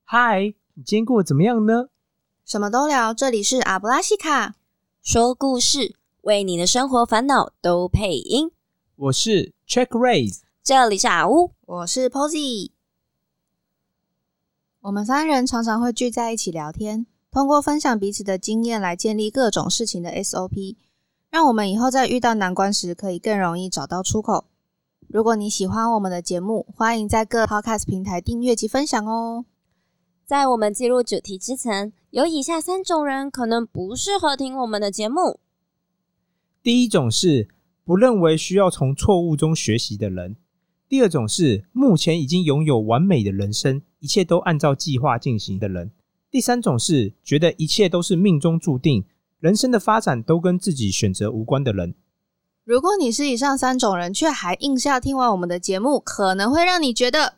嗨，你今天过得怎么样呢？ 什么都聊，这里是阿布拉西卡说故事，为你的生活烦恼都配音。 我是 Check Raise， 这里是阿乌， 我是 Posy。我们三人常常会聚在一起聊天，通过分享彼此的经验来建立各种事情的 SOP， 让我们以后在遇到难关时可以更容易找到出口。如果你喜欢我们的节目，欢迎在各 Podcast 平台订阅及分享哦。 在我们进入主题之前，有以下3种人可能不适合听我们的节目。 第一种是不认为需要从错误中学习的人，第二种是目前已经拥有完美的人生，一切都按照计划进行的人，第三种是觉得一切都是命中注定，人生的发展都跟自己选择无关的人。 如果你是以上3种人，却还硬是要听完我们的节目，可能会让你觉得……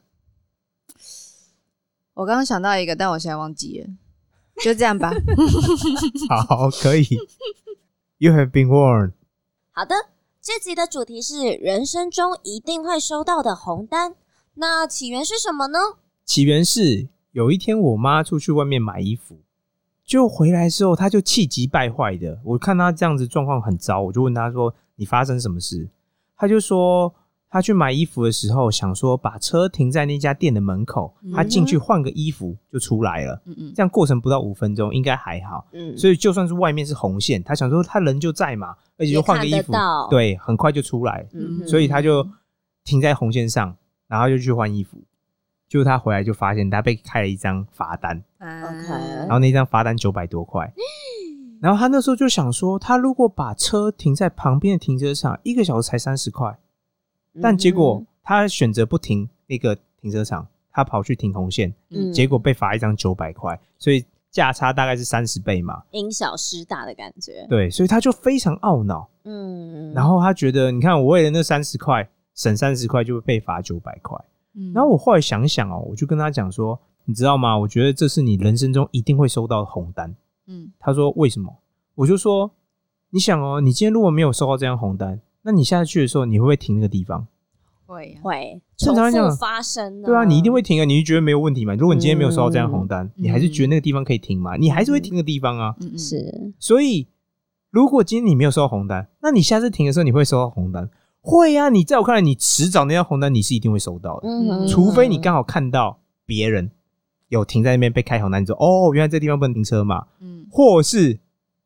我刚刚想到一个，但我现在忘记了，就这样吧。 好，可以。You have been warned。 好的，这集的主题是人生中一定会收到的红单。那起源是什么呢？ 起源是有一天我妈出去外面买衣服，就回来之后她就气急败坏的，我看她这样子状况很糟，我就问她说你发生什么事？她就说她去买衣服的时候想说把车停在那家店的门口，她进去换个衣服就出来了，这样过程不到5分钟应该还好，所以就算是外面是红线，她想说她人就在嘛，而且就换个衣服，对，很快就出来，所以她就停在红线上，然后就去换衣服。结果他回来就发现他被开了一张罚单，然后那张罚单900多块，然后他那时候就想说，他如果把车停在旁边的停车场，1个小时才30块，但结果他选择不停那个停车场，他跑去停红线，结果被罚一张900块，所以价差大概是30倍嘛， 因小失大的感觉。 对，所以他就非常懊恼，然后他觉得，你看我为了那30块省30块就被罚900块。然后我后来想想我就跟他讲说，你知道吗？我觉得这是你人生中一定会收到的红单。他说为什么？我就说，你想你今天如果没有收到这张红单，那你下次去的时候，你会不会停那个地方？ 会， 正常来讲重复发生。 对啊，你一定会停啊，你就觉得没有问题嘛。如果你今天没有收到这张红单，你还是觉得那个地方可以停嘛，你还是会停个地方啊。 是， 所以如果今天你没有收到红单，那你下次停的时候，你会收到红单。会啊，你在我看来，你迟早那张红单你是一定会收到的，除非你刚好看到别人有停在那边被开红单，你说哦，原来这地方不能停车嘛，或是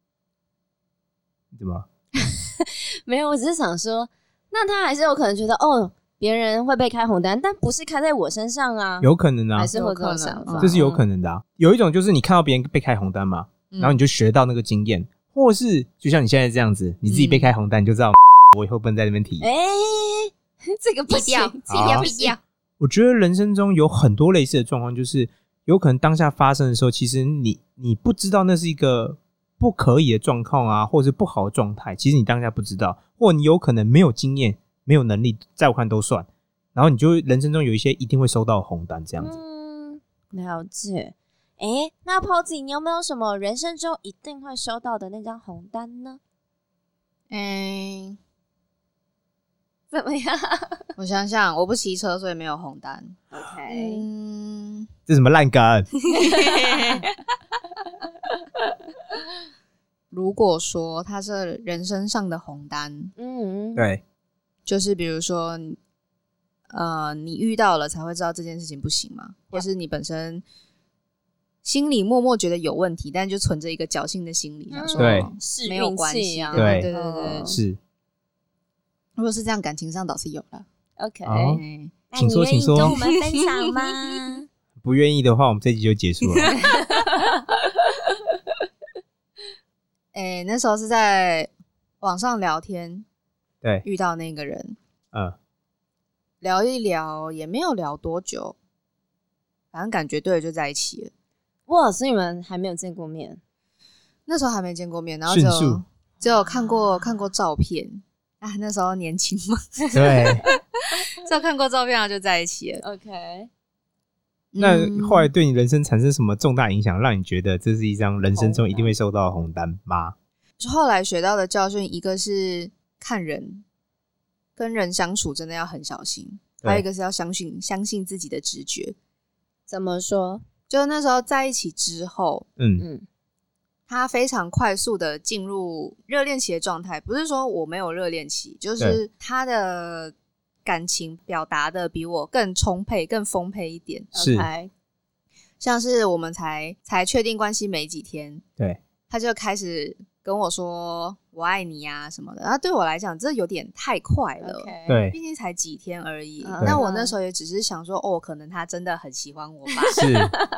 怎么？ 没有，我只是想说，那他还是有可能觉得别人会被开红单，但不是开在我身上啊， 有可能啊， 还是会这种想法， 这是有可能的啊。有一种就是你看到别人被开红单嘛，然后你就学到那个经验，或是就像你现在这样子，你自己被开红单，你就知道。我以后不能在那边提。 这个不行， 避掉。 我觉得人生中有很多类似的状况，就是有可能当下发生的时候，其实你不知道那是一个不可以的状况啊，或者是不好的状态，其实你当下不知道，或你有可能没有经验、没有能力，在我看都算。然后你就人生中有一些一定会收到的红单，这样子。 了解。那 Posy 你有没有什么人生中一定会收到的那张红单呢？怎么样？ 我想想，我不骑车，所以没有红单。 OK， 这什么烂梗？ 如果说它是人生上的红单， 对， 就是比如说，你遇到了才会知道这件事情不行嘛，或是你本身心里默默觉得有问题，但就存着一个侥幸的心理，想说没有关系啊。对， 是。 如果是这样，感情上倒是有了。 OK， 请说，请说， 跟我们分享吗？ 不愿意的话，我们这集就结束了。 那时候是在网上聊天， 对， 遇到那个人，聊一聊也没有聊多久，反正感觉对了就在一起了。 哇，所以你们还没有见过面？ 那时候还没见过面，然后只有看过照片。那时候年轻嘛， 对， 只有看过照片然后就在一起了。 OK， 那后来对你人生产生什么重大影响，让你觉得这是一张人生中一定会收到的红单吗？ 后来学到的教训，一个是看人跟人相处真的要很小心，还有一个是要相信自己的直觉。 怎么说？ 就那时候在一起之后，他非常快速的进入热恋期的状态。不是说我没有热恋期，就是他的感情表达的比我更充沛更丰沛一点。 是 OK， 像是我们才确定关系没几天， 对， 他就开始跟我说我爱你啊什么的。然后对我来讲这有点太快了， OK， 对， 毕竟才几天而已。 嗯那我那时候也只是想说可能他真的很喜欢我吧是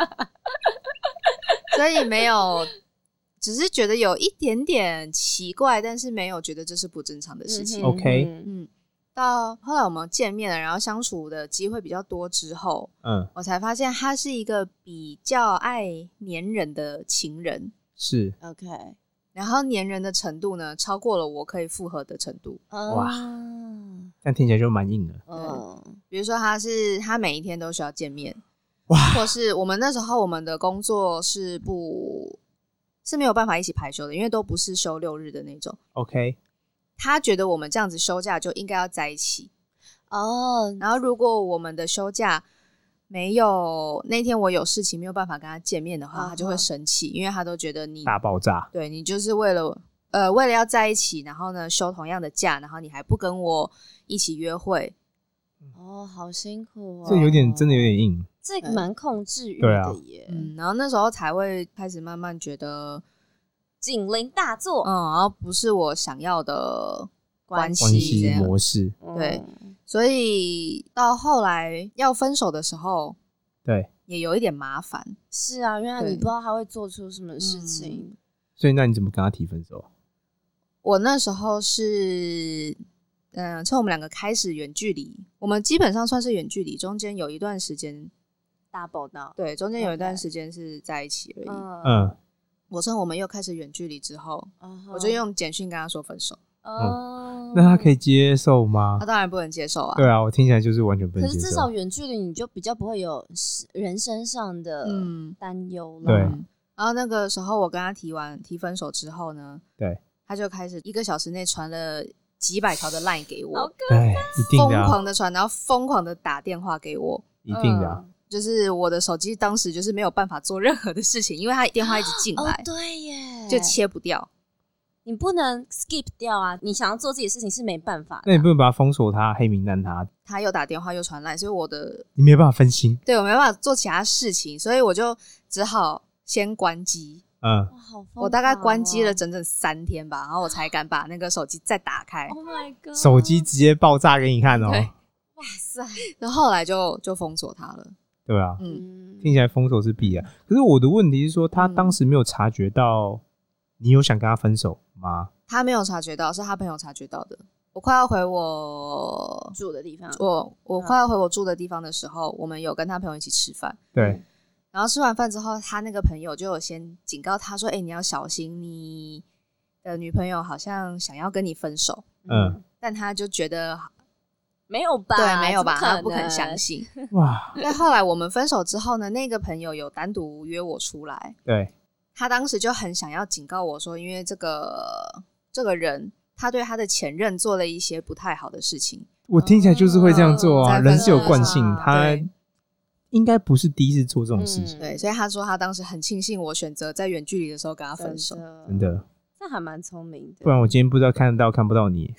所以没有，只是觉得有一点点奇怪，但是没有觉得这是不正常的事情。 OK 到后来我们见面了，然后相处的机会比较多之后，我才发现他是一个比较爱黏人的情人。 是 OK， 然后黏人的程度呢，超过了我可以复合的程度。 哇，这样听起来就蛮硬的。 比如说他每一天都需要见面， 哇， 或是我们那时候我们的工作是没有办法一起排休的，因为都不是休6日的那种。 OK， 他觉得我们这样子休假就应该要在一起然后如果我们的休假没有那天我有事情没有办法跟他见面的话，他就会生气，因为他都觉得你大爆炸， 对，你就是为了要在一起，然后呢休同样的假，然后你还不跟我一起约会。 好辛苦这真的有点硬， 这个蛮控制欲的耶。 然后那时候才会开始慢慢觉得警铃大作， 然后不是我想要的关关系模式。 对，所以到后来要分手的时候， 对， 也有一点麻烦。 是啊，因为你不知道他会做出什么事情。 所以那你怎么跟他提分手？ 我那时候是趁我们两个开始远距离，我们基本上算是远距离，中间有一段时间 double 到， 对，中间有一段时间是在一起而已。我趁我们又开始远距离之后，我就用简讯跟他说分手。 那他可以接受吗？ 他当然不能接受啊。 对啊，我听起来就是完全不能接受。 可是至少远距离你就比较不会有人身上的担忧了。 对。 然后那个时候我跟他提分手之后呢， 对， 他就开始1个小时内传了几百条的 LINE 给我， 对，一定的， 疯狂的传，然后疯狂的打电话给我， 一定的。 就是我的手机当时就是没有办法做任何的事情，因为他电话一直进来， 对耶， 就切不掉。 你不能 skip 掉啊！你想要做自己的事情是没办法的。 那你不能把他封锁他、黑名单他。 他又打电话又传来，所以你没办法分心。 对，我没办法做其他事情，所以我就只好先关机。 哇，好疯狂哦！ 我大概关机了整整3天吧，然后我才敢把那个手机再打开。 Oh my god！ 手机直接爆炸给你看哦！ 哇塞！ 然后后来就封锁他了。 对啊，听起来封锁是必然。可是我的问题是说，他当时没有察觉到你有想跟他分手吗？ 他没有察觉到，是他朋友察觉到的。我快要回我住的地方， 我快要回我住的地方的时候，我们有跟他朋友一起吃饭。 对。 然后吃完饭之后，他那个朋友就有先警告他说：“你要小心，你的女朋友好像想要跟你分手。”但他就觉得没有吧？ 对，没有吧？他不肯相信。 哇！ 但后来我们分手之后呢，那个朋友有单独约我出来。 对。 他当时就很想要警告我说，因为这个人他对他的前任做了一些不太好的事情。 我听起来就是会这样做啊，人是有惯性，他应该不是第一次做这种事情。 对，所以他说他当时很庆幸我选择在远距离的时候跟他分手。 真的， 这还蛮聪明的。 不然我今天不知道看得到看不到你。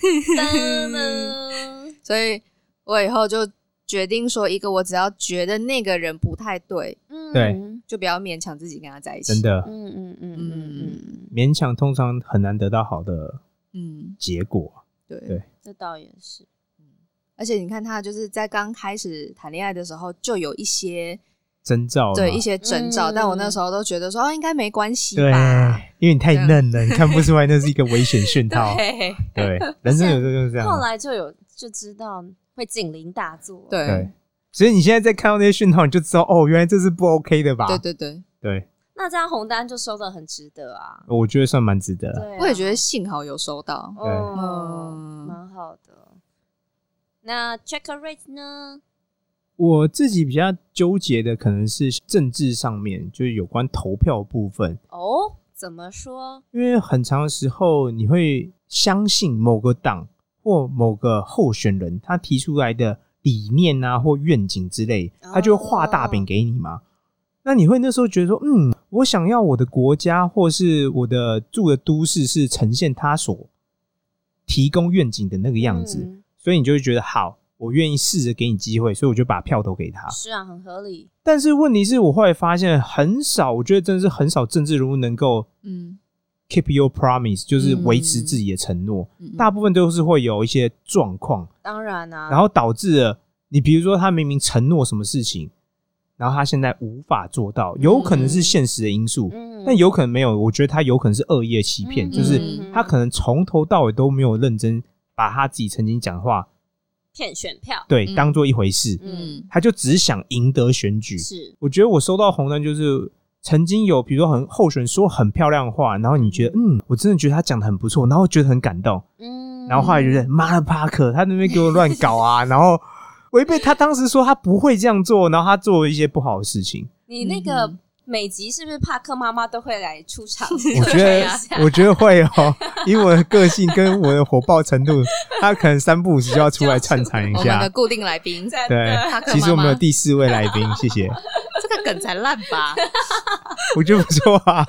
所以我以后就决定说，一个我只要觉得那个人不太对， 对， 就不要勉强自己跟他在一起。 真的，勉强通常很难得到好的结果。对， 这倒也是。 而且你看他就是在刚开始谈恋爱的时候就有一些征兆， 对，一些征兆，但我那时候都觉得说应该没关系吧，对，因为你太嫩了，你看不出来那是一个危险讯号。对，人生有时候就是这样。 后来就知道会警铃大作。 对， 所以你现在在看到那些讯号，你就知道原来这是不 OK 的吧？对。 那这样红单就收得很值得啊， 我觉得算蛮值得。 对， 我也觉得幸好有收到， 蛮好的。那 check rate 呢？ 我自己比较纠结的可能是政治上面，就是有关投票部分。 怎么说？ 因为很长的时候你会相信某个党或某个候选人他提出来的理念啊或愿景之类，他就会画大饼给你嘛。 那你会那时候觉得说，我想要我的国家或是我的住的都市是呈现他所提供愿景的那个样子，所以你就会觉得好，我愿意试着给你机会，所以我就把票投给他。 是啊，很合理。 但是问题是我后来发现很少，我觉得真的是很少政治人物能够keep your promise， 就是维持自己的承诺，大部分都是会有一些状况， 当然啊， 然后导致了你比如说他明明承诺什么事情，然后他现在无法做到，有可能是现实的因素，但有可能没有，我觉得他有可能是恶意欺骗，就是他可能从头到尾都没有认真把他自己曾经讲的话骗选票， 对，当做一回事，他就只想赢得选举。 是， 我觉得我收到红单就是曾经有比如说候选人说很漂亮的话，然后你觉得我真的觉得他讲的很不错，然后觉得很感动，然后后来觉得妈的帕克他那边给我乱搞啊，然后违背他当时说他不会这样做，然后他做了一些不好的事情。 你那个每集是不是帕克妈妈都会来出场？ 我觉得会哦，以我的个性跟我的火爆程度，他可能3不5时就要出来串场一下。 我们的固定来宾， 对，其实我们有第4位来宾，谢谢。 这个梗才烂吧？ 我觉得不错啊。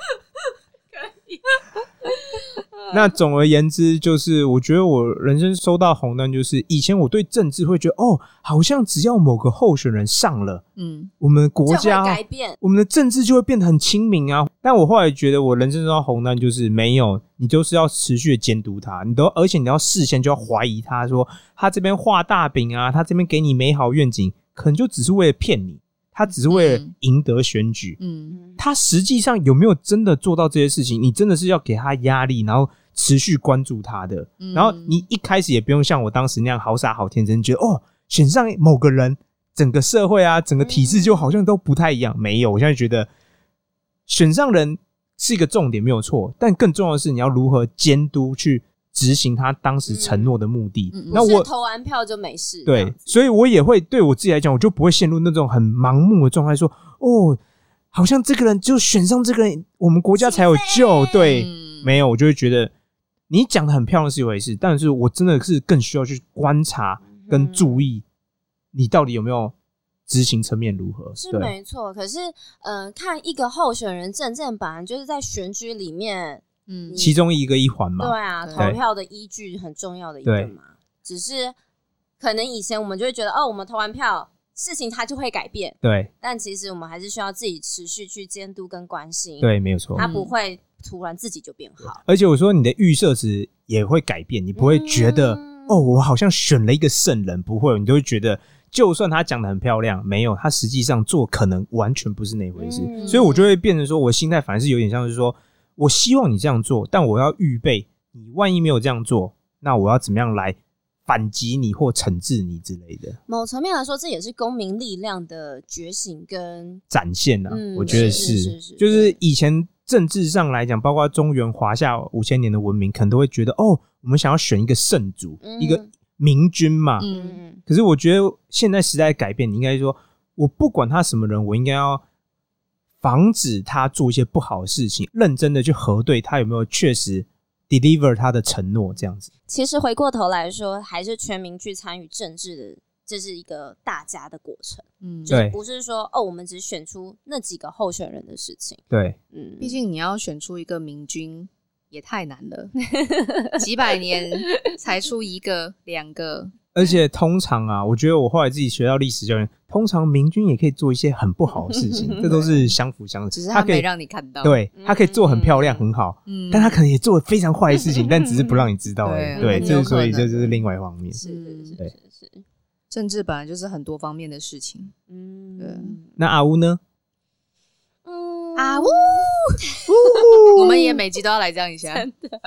那总而言之，就是我觉得我人生收到红单，就是以前我对政治会觉得好像只要某个候选人上了，我们国家就会改变， 我们的政治就会变得很亲民啊。但我后来觉得，我人生收到红单就是没有，你就是要持续的监督他，而且你要事先就要怀疑他说他这边画大饼啊，他这边给你美好愿景，可能就只是为了骗你。他只是为了赢得选举，他实际上有没有真的做到这些事情？你真的是要给他压力，然后持续关注他的。然后你一开始也不用像我当时那样好傻好天真，觉得选上某个人，整个社会啊，整个体制就好像都不太一样。没有，我现在觉得选上人是一个重点，没有错，但更重要的是你要如何监督去执行他当时承诺的目的。那我投完票就没事。 对，所以我也会对我自己来讲，我就不会陷入那种很盲目的状态，说好像这个人就选上这个人，我们国家才有救。对，没有，我就会觉得你讲的很漂亮是一回事，但是我真的是更需要去观察跟注意你到底有没有执行层面如何。 是没错，可是看一个候选人正版就是在选举里面其中一环嘛。 对啊，投票的依据很重要的一个嘛。只是可能以前我们就会觉得我们投完票事情它就会改变，对，但其实我们还是需要自己持续去监督跟关心。对，没有错，它不会突然自己就变好。而且我说你的预设值也会改变，你不会觉得我好像选了一个圣人，不会，你就会觉得就算他讲得很漂亮，没有，他实际上做可能完全不是那回事。所以我就会变成说，我心态反而是有点像是说，我希望你这样做，但我要预备你万一没有这样做，那我要怎么样来反击你或惩治你之类的。某层面来说，这也是公民力量的觉醒跟展现啊。我觉得是，就是以前政治上来讲，包括中原华夏5000年的文明，可能都会觉得我们想要选一个圣主，一个明君嘛。可是我觉得现在时代改变，你应该说，我不管他什么人，我应该要防止他做一些不好的事情，认真的去核对他有没有确实deliver 他的承诺，这样子。其实回过头来说，还是全民去参与政治的，这是一个大家的过程。就是不是说我们只选出那几个候选人的事情。对，毕竟你要选出一个明君也太难了，几百年才出一个2个。而且通常啊，我觉得我后来自己学到历史教育，通常明君也可以做一些很不好的事情，这都是相辅相成。只是他没让你看到，对，他可以做很漂亮、很好，但他可能也做得非常坏的事情，但只是不让你知道而已。对，所以这就是另外一方面。是，政治本来就是很多方面的事情。对。那阿乌呢？阿乌，我们也每集都要来这样一下。真的。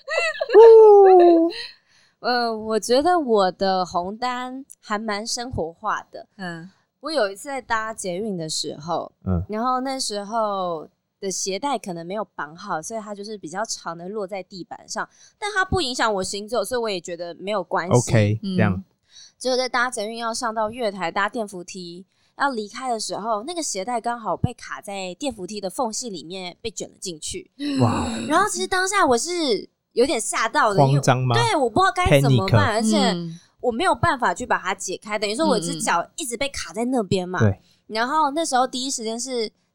我觉得我的红单还蛮生活化的。我有一次在搭捷运的时候，然后那时候的鞋带可能没有绑好，所以它就是比较长的落在地板上，但它不影响我行走，所以我也觉得没有关系。OK， 这样。结果在搭捷运要上到月台搭电扶梯要离开的时候，那个鞋带刚好被卡在电扶梯的缝隙里面，被卷了进去。哇！然后其实当下我是有点吓到的，慌张吗？对，我不知道该怎么办，而且我没有办法去把它解开，等于说我只脚一直被卡在那边嘛。对。然后那时候第一时间是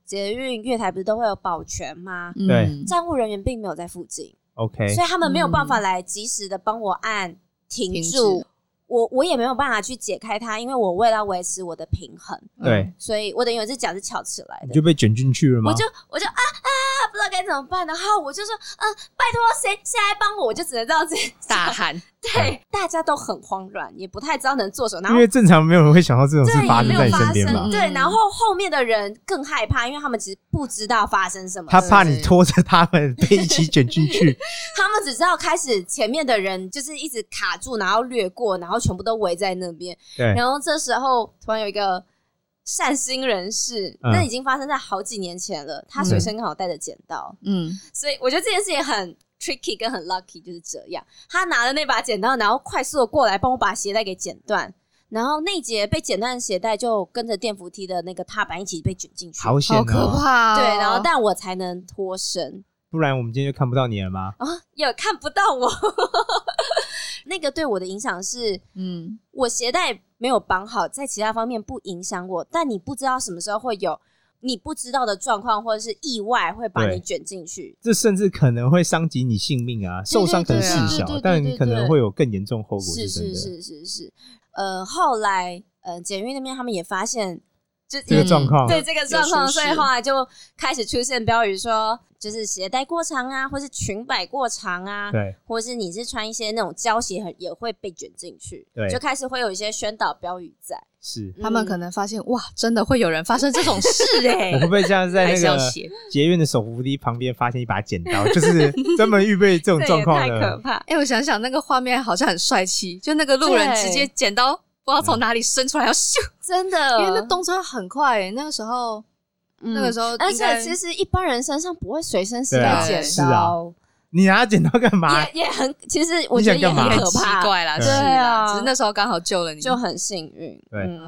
捷运月台不是都会有保全吗？ 对， 站务人员并没有在附近 ，OK， 所以他们没有办法来及时的帮我按停住。我也没有办法去解开它，因为我为了维持我的平衡， 对， 所以我等于我这脚是翘起来的， 你就被卷进去了吗？ 我就不知道该怎么办，然后我就说拜托谁来帮我，我就只能这样子大喊。 对，大家都很慌乱，也不太知道能做什么，然后因为正常没有人会想到这种事发生在你身边吧？ 对，然后后面的人更害怕，因为他们其实不知道发生什么， 他怕你拖着他们被一起卷进去。 他们只知道开始前面的人就是一直卡住，然后掠过，然后全部都围在那边。 对， 然后这时候突然有一个善心人士，那已经发生在好几年前了，他随身刚好带着剪刀，所以我觉得这件事情很tricky 跟很 lucky 就是这样，他拿了那把剪刀，然后快速的过来帮我把鞋带给剪断，然后那节被剪断的鞋带就跟着电扶梯的那个踏板一起被卷进去， 好险， 好可怕对，然后但我才能脱身， 不然我们今天就看不到你了吗？ 也看不到我。那个对我的影响是，我鞋带没有绑好，在其他方面不影响我，但你不知道什么时候会有你不知道的状况或者是意外会把你卷进去， 这甚至可能会伤及你性命啊！受伤可能细小，但可能会有更严重后果。 是。后来捷运那边他们也发现这个状况， 对这个状况，所以后来就开始出现标语说，就是鞋带过长啊，或是裙摆过长啊， 对，或是你是穿一些那种胶鞋也会被卷进去， 对， 就开始会有一些宣导标语在。 是， 他们可能发现哇，真的会有人发生这种事我会不会这样在那个捷运的手扶梯旁边发现一把剪刀，就是专门预备这种状况的？ 太可怕！ 我想想那个画面好像很帅气，就那个路人直接剪刀不知道从哪里伸出来要咻， 真的， 因为那动作很快那个时候， 而且其实一般人身上不会随身携带剪刀。 是啊，你拿剪刀干嘛？ 也很，其实我觉得也很可怕， 奇怪啦， 对啊， 只是那时候刚好救了你， 就很幸运。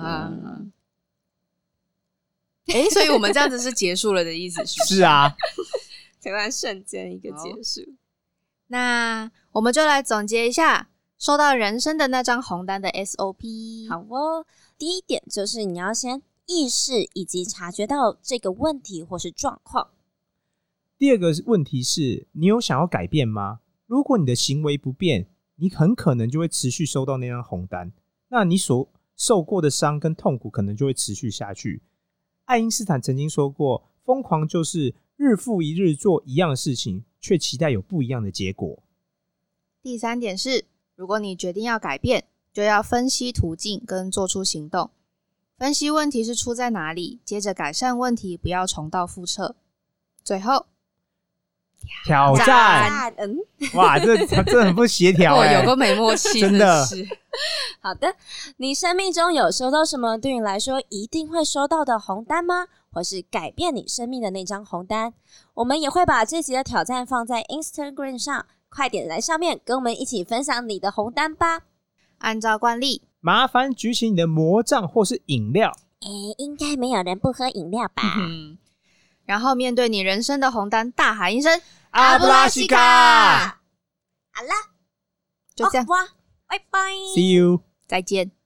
对，所以我们这样子是结束了的意思， 是啊， 突然瞬间一个结束。 那我们就来总结一下收到人生的那张红单的 SOP。 好哦，第一点就是你要先意识以及察觉到这个问题或是状况。 第二个问题是，你有想要改变吗？如果你的行为不变，你很可能就会持续收到那张红单，那你所受过的伤跟痛苦可能就会持续下去。爱因斯坦曾经说过，疯狂就是日复一日做一样的事情，却期待有不一样的结果。 第三点是，如果你决定要改变，就要分析途径跟做出行动。分析问题是出在哪里，接着改善问题，不要重蹈覆辙。最后挑战，哇，这很不协调有个没默契， 真的是。 好的，你生命中有收到什么对你来说一定会收到的红单吗？或是改变你生命的那张红单？我们也会把这集的挑战放在 Instagram 上，快点来上面跟我们一起分享你的红单吧。 按照惯例， 麻烦举起你的魔杖或是饮料。 应该没有人不喝饮料吧？ 然后面对你人生的红单，大喊一声阿布拉西卡。 好啦， 就这样， 拜拜 See you， 再见。